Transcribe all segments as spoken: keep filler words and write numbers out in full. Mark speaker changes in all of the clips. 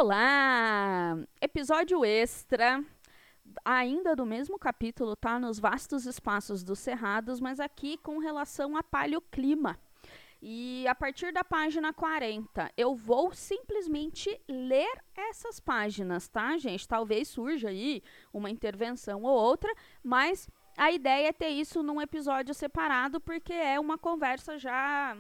Speaker 1: Olá! Episódio extra, ainda do mesmo capítulo, tá? Nos vastos espaços dos cerrados, mas aqui com relação a paleoclima. E a partir da página quarenta, eu vou simplesmente ler essas páginas, tá, gente? Talvez surja aí uma intervenção ou outra, mas a ideia é ter isso num episódio separado, porque é uma conversa já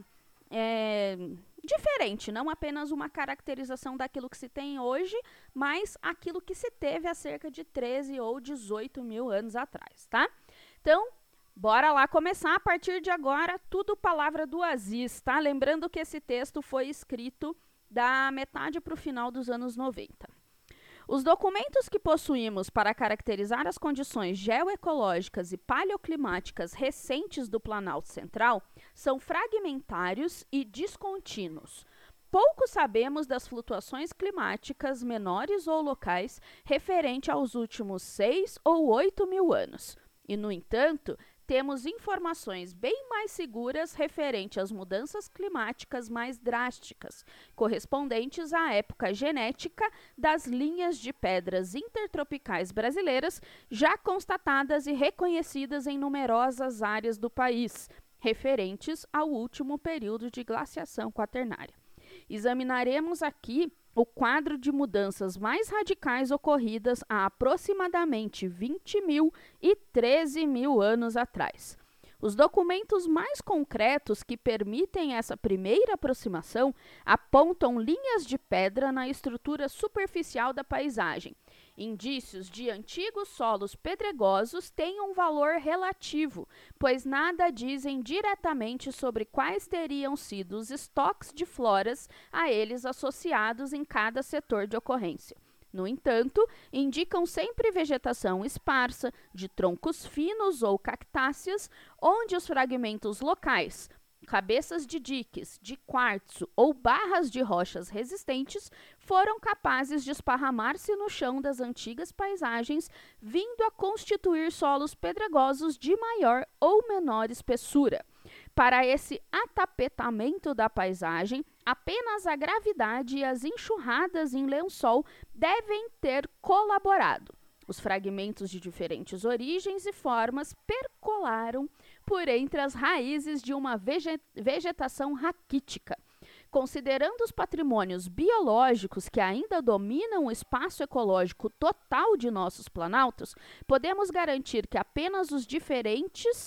Speaker 1: é, diferente, não apenas uma caracterização daquilo que se tem hoje, mas aquilo que se teve há cerca de treze ou dezoito mil anos atrás, tá? Então, bora lá começar. A partir de agora, tudo palavra do Aziz, tá? Lembrando que esse texto foi escrito da metade para o final dos anos noventa. Os documentos que possuímos para caracterizar as condições geoecológicas e paleoclimáticas recentes do Planalto Central são fragmentários e descontínuos. Pouco sabemos das flutuações climáticas menores ou locais referente aos últimos seis ou oito mil anos. E, no entanto, temos informações bem mais seguras referente às mudanças climáticas mais drásticas, correspondentes à época genética das linhas de pedras intertropicais brasileiras, já constatadas e reconhecidas em numerosas áreas do país, referentes ao último período de glaciação quaternária. Examinaremos aqui o quadro de mudanças mais radicais ocorridas há aproximadamente vinte mil e treze mil anos atrás. Os documentos mais concretos que permitem essa primeira aproximação apontam linhas de pedra na estrutura superficial da paisagem. Indícios de antigos solos pedregosos têm um valor relativo, pois nada dizem diretamente sobre quais teriam sido os estoques de floras a eles associados em cada setor de ocorrência. No entanto, indicam sempre vegetação esparsa, de troncos finos ou cactáceas, onde os fragmentos locais, cabeças de diques, de quartzo ou barras de rochas resistentes, foram capazes de esparramar-se no chão das antigas paisagens, vindo a constituir solos pedregosos de maior ou menor espessura. Para esse atapetamento da paisagem, apenas a gravidade e as enxurradas em lençol devem ter colaborado. Os fragmentos de diferentes origens e formas percolaram por entre as raízes de uma vegetação raquítica. Considerando os patrimônios biológicos que ainda dominam o espaço ecológico total de nossos planaltos, podemos garantir que apenas os diferentes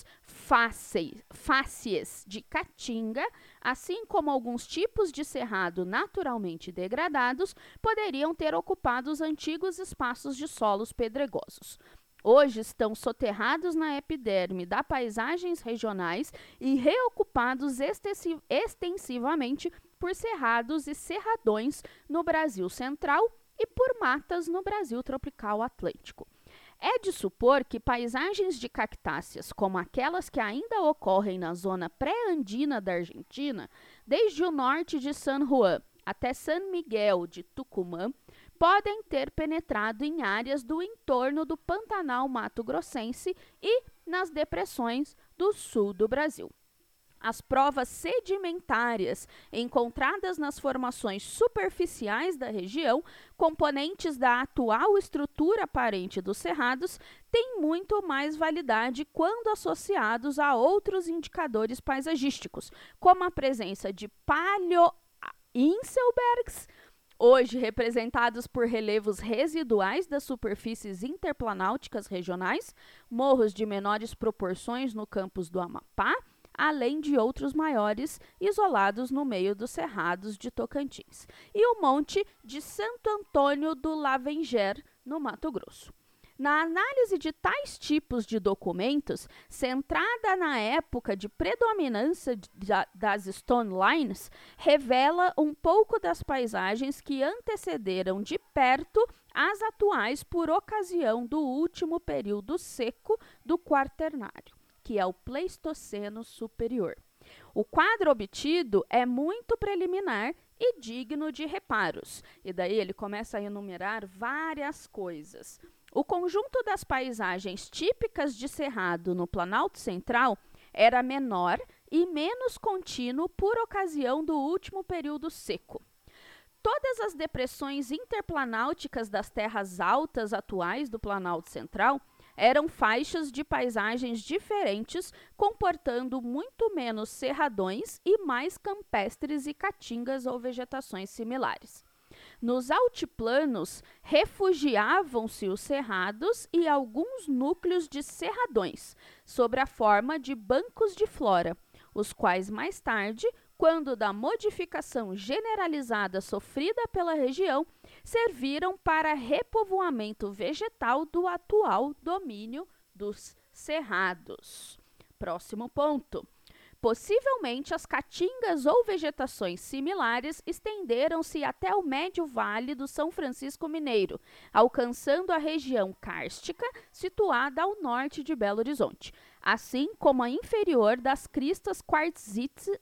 Speaker 1: fácies de caatinga, assim como alguns tipos de cerrado naturalmente degradados, poderiam ter ocupado os antigos espaços de solos pedregosos. Hoje estão soterrados na epiderme das paisagens regionais e reocupados extensivamente por cerrados e cerradões no Brasil Central e por matas no Brasil tropical atlântico. É de supor que paisagens de cactáceas, como aquelas que ainda ocorrem na zona pré-andina da Argentina, desde o norte de San Juan até San Miguel de Tucumã, podem ter penetrado em áreas do entorno do Pantanal mato-grossense e nas depressões do sul do Brasil. As provas sedimentárias encontradas nas formações superficiais da região, componentes da atual estrutura aparente dos cerrados, têm muito mais validade quando associados a outros indicadores paisagísticos, como a presença de paleoinselbergs, hoje representados por relevos residuais das superfícies interplanáuticas regionais, morros de menores proporções no campus do Amapá, além de outros maiores isolados no meio dos cerrados de Tocantins, e o Monte de Santo Antônio do Lavenger, no Mato Grosso. Na análise de tais tipos de documentos, centrada na época de predominância de, das Stone Lines, revela um pouco das paisagens que antecederam de perto as atuais por ocasião do último período seco do Quaternário, que é o Pleistoceno Superior. O quadro obtido é muito preliminar e digno de reparos. E daí ele começa a enumerar várias coisas. O conjunto das paisagens típicas de cerrado no Planalto Central era menor e menos contínuo por ocasião do último período seco. todas as depressões interplanáuticas das terras altas atuais do Planalto Central eram faixas de paisagens diferentes, comportando muito menos cerradões e mais campestres e caatingas ou vegetações similares. Nos altiplanos, refugiavam-se os cerrados e alguns núcleos de cerradões, sob a forma de bancos de flora, os quais mais tarde, quando da modificação generalizada sofrida pela região, serviram para repovoamento vegetal do atual domínio dos cerrados. Próximo ponto. Possivelmente, as caatingas ou vegetações similares estenderam-se até o médio vale do São Francisco Mineiro, alcançando a região kárstica, situada ao norte de Belo Horizonte, assim como a inferior das cristas quartzite,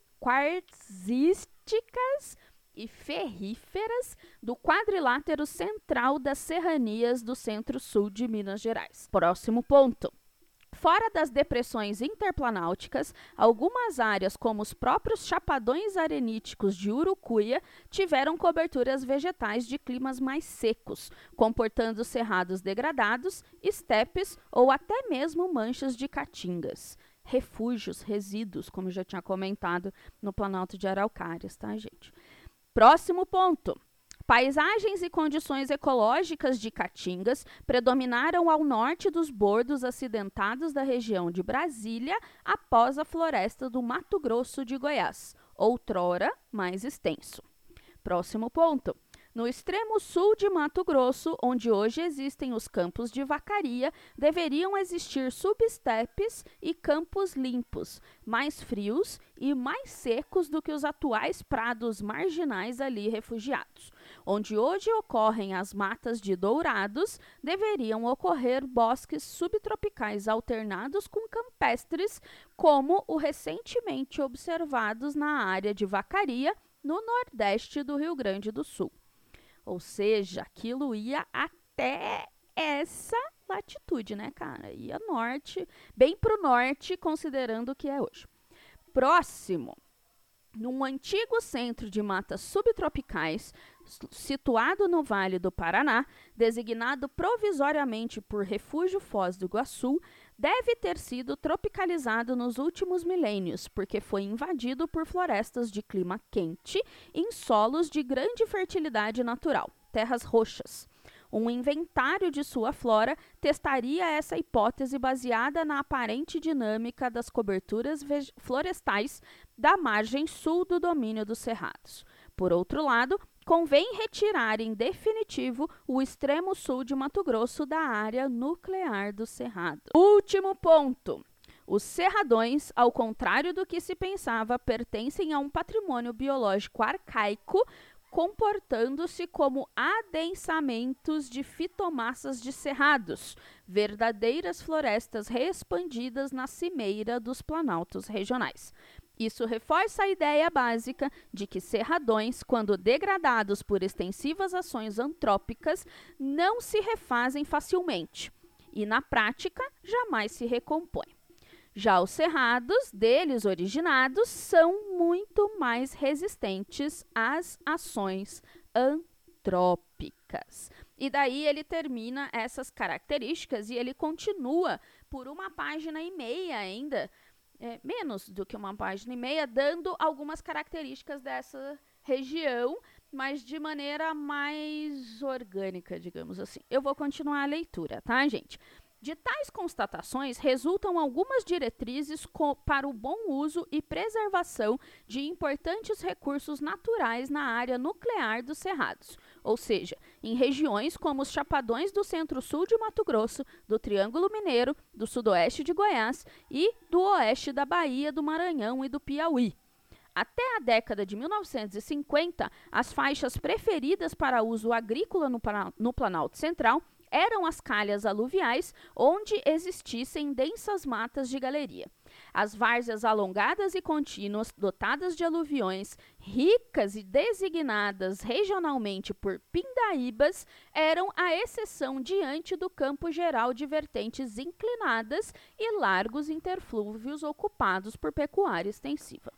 Speaker 1: quartzísticas e ferríferas do quadrilátero central das serranias do centro-sul de Minas Gerais. Próximo ponto. Fora das depressões interplanáuticas, algumas áreas, como os próprios chapadões areníticos de Urucuia, tiveram coberturas vegetais de climas mais secos, comportando cerrados degradados, estepes ou até mesmo manchas de caatingas. Refúgios, resíduos, como já tinha comentado no Planalto de Araucárias, tá, gente? Próximo ponto. Paisagens e condições ecológicas de caatingas predominaram ao norte dos bordos acidentados da região de Brasília após a floresta do Mato Grosso de Goiás, outrora mais extenso. Próximo ponto. No extremo sul de Mato Grosso, onde hoje existem os campos de vacaria, deveriam existir subestepes e campos limpos, mais frios e mais secos do que os atuais prados marginais ali refugiados. Onde hoje ocorrem as matas de dourados, deveriam ocorrer bosques subtropicais alternados com campestres, como o recentemente observados na área de vacaria, no nordeste do Rio Grande do Sul. Ou seja, aquilo ia até essa latitude, né, cara? Ia norte, bem para o norte, considerando o que é hoje. Próximo. Num antigo centro de matas subtropicais, situado no Vale do Paraná, designado provisoriamente por Refúgio Foz do Iguaçu, deve ter sido tropicalizado nos últimos milênios, porque foi invadido por florestas de clima quente em solos de grande fertilidade natural, terras roxas. Um inventário de sua flora testaria essa hipótese baseada na aparente dinâmica das coberturas florestais da margem sul do domínio dos cerrados. Por outro lado, convém retirar em definitivo o extremo sul de Mato Grosso da área nuclear do cerrado. Último ponto. Os cerradões, ao contrário do que se pensava, pertencem a um patrimônio biológico arcaico, comportando-se como adensamentos de fitomassas de cerrados, verdadeiras florestas reexpandidas na cimeira dos planaltos regionais. Isso reforça a ideia básica de que cerradões, quando degradados por extensivas ações antrópicas, não se refazem facilmente e, na prática, jamais se recompõem. Já os cerrados, deles originados, são muito mais resistentes às ações antrópicas. E daí ele termina essas características e ele continua por uma página e meia ainda, é, menos do que uma página e meia, dando algumas características dessa região, mas de maneira mais orgânica, digamos assim. Eu vou continuar a leitura, tá, gente? De tais constatações resultam algumas diretrizes para o bom uso e preservação de importantes recursos naturais na área nuclear dos cerrados, ou seja, em regiões como os chapadões do centro-sul de Mato Grosso, do Triângulo Mineiro, do sudoeste de Goiás e do oeste da Bahia, do Maranhão e do Piauí. Até a década de mil novecentos e cinquenta, as faixas preferidas para uso agrícola no, no Planalto Central eram as calhas aluviais, onde existissem densas matas de galeria. As várzeas alongadas e contínuas, dotadas de aluviões, ricas e designadas regionalmente por pindaíbas, eram a exceção diante do campo geral de vertentes inclinadas e largos interflúvios ocupados por pecuária extensiva.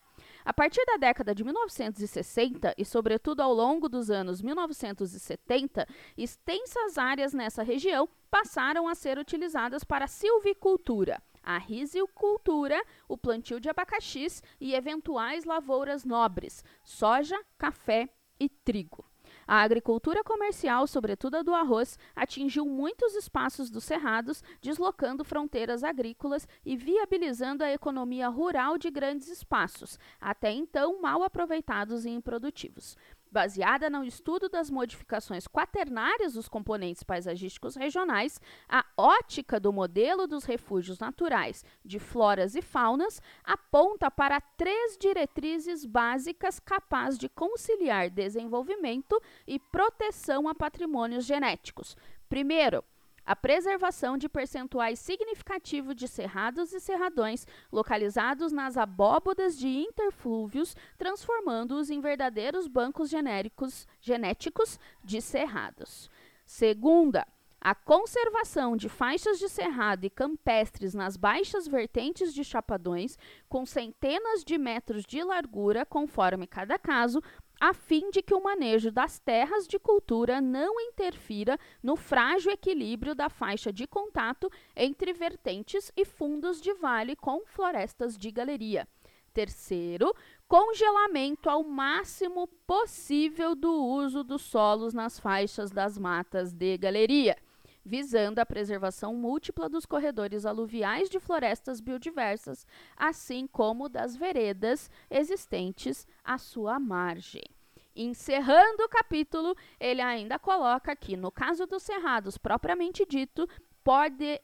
Speaker 1: A partir da década de mil novecentos e sessenta e, sobretudo, ao longo dos anos mil novecentos e setenta, extensas áreas nessa região passaram a ser utilizadas para silvicultura, a rizicultura, o plantio de abacaxis e eventuais lavouras nobres, soja, café e trigo. A agricultura comercial, sobretudo a do arroz, atingiu muitos espaços dos cerrados, deslocando fronteiras agrícolas e viabilizando a economia rural de grandes espaços, até então mal aproveitados e improdutivos. Baseada no estudo das modificações quaternárias dos componentes paisagísticos regionais, a ótica do modelo dos refúgios naturais de floras e faunas aponta para três diretrizes básicas capazes de conciliar desenvolvimento e proteção a patrimônios genéticos. Primeiro, a preservação de percentuais significativos de cerrados e cerradões localizados nas abóbodas de interflúvios, transformando-os em verdadeiros bancos genéricos, genéticos de cerrados. Segunda, a conservação de faixas de cerrado e campestres nas baixas vertentes de chapadões, com centenas de metros de largura, conforme cada caso, a fim de que o manejo das terras de cultura não interfira no frágil equilíbrio da faixa de contato entre vertentes e fundos de vale com florestas de galeria. Terceiro, congelamento ao máximo possível do uso dos solos nas faixas das matas de galeria, visando a preservação múltipla dos corredores aluviais de florestas biodiversas, assim como das veredas existentes à sua margem. Encerrando o capítulo, ele ainda coloca que, no caso dos cerrados propriamente dito, pode,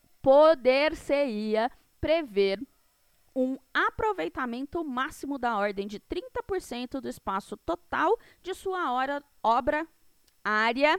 Speaker 1: poder-se-ia prever um aproveitamento máximo da ordem de trinta por cento do espaço total de sua hora, obra, área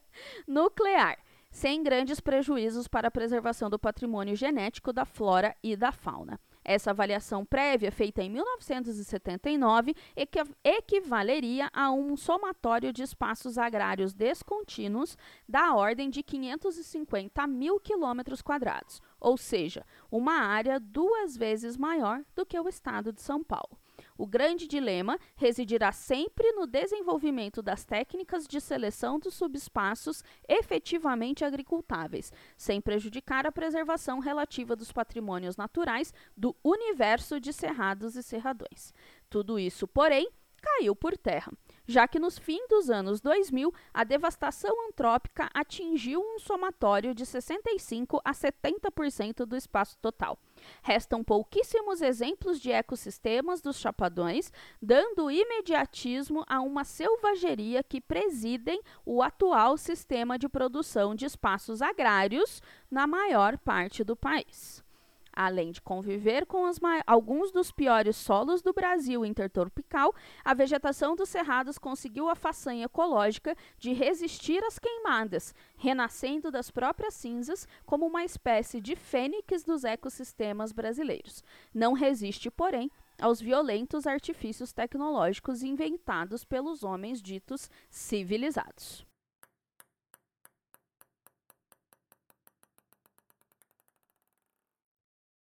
Speaker 1: nuclear, sem grandes prejuízos para a preservação do patrimônio genético da flora e da fauna. Essa avaliação prévia, feita em mil novecentos e setenta e nove, equi- equivaleria a um somatório de espaços agrários descontínuos da ordem de quinhentos e cinquenta mil quilômetros quadrados, ou seja, uma área duas vezes maior do que o estado de São Paulo. O grande dilema residirá sempre no desenvolvimento das técnicas de seleção dos subespaços efetivamente agricultáveis, sem prejudicar a preservação relativa dos patrimônios naturais do universo de cerrados e cerradões. Tudo isso, porém, caiu por terra, já que nos fins dos anos dois mil, a devastação antrópica atingiu um somatório de sessenta e cinco a setenta por cento do espaço total. Restam pouquíssimos exemplos de ecossistemas dos chapadões, dando imediatismo a uma selvageria que presidem o atual sistema de produção de espaços agrários na maior parte do país. Além de conviver com as alguns dos piores solos do Brasil intertropical, a vegetação dos cerrados conseguiu a façanha ecológica de resistir às queimadas, renascendo das próprias cinzas como uma espécie de fênix dos ecossistemas brasileiros. Não resiste, porém, aos violentos artifícios tecnológicos inventados pelos homens ditos civilizados.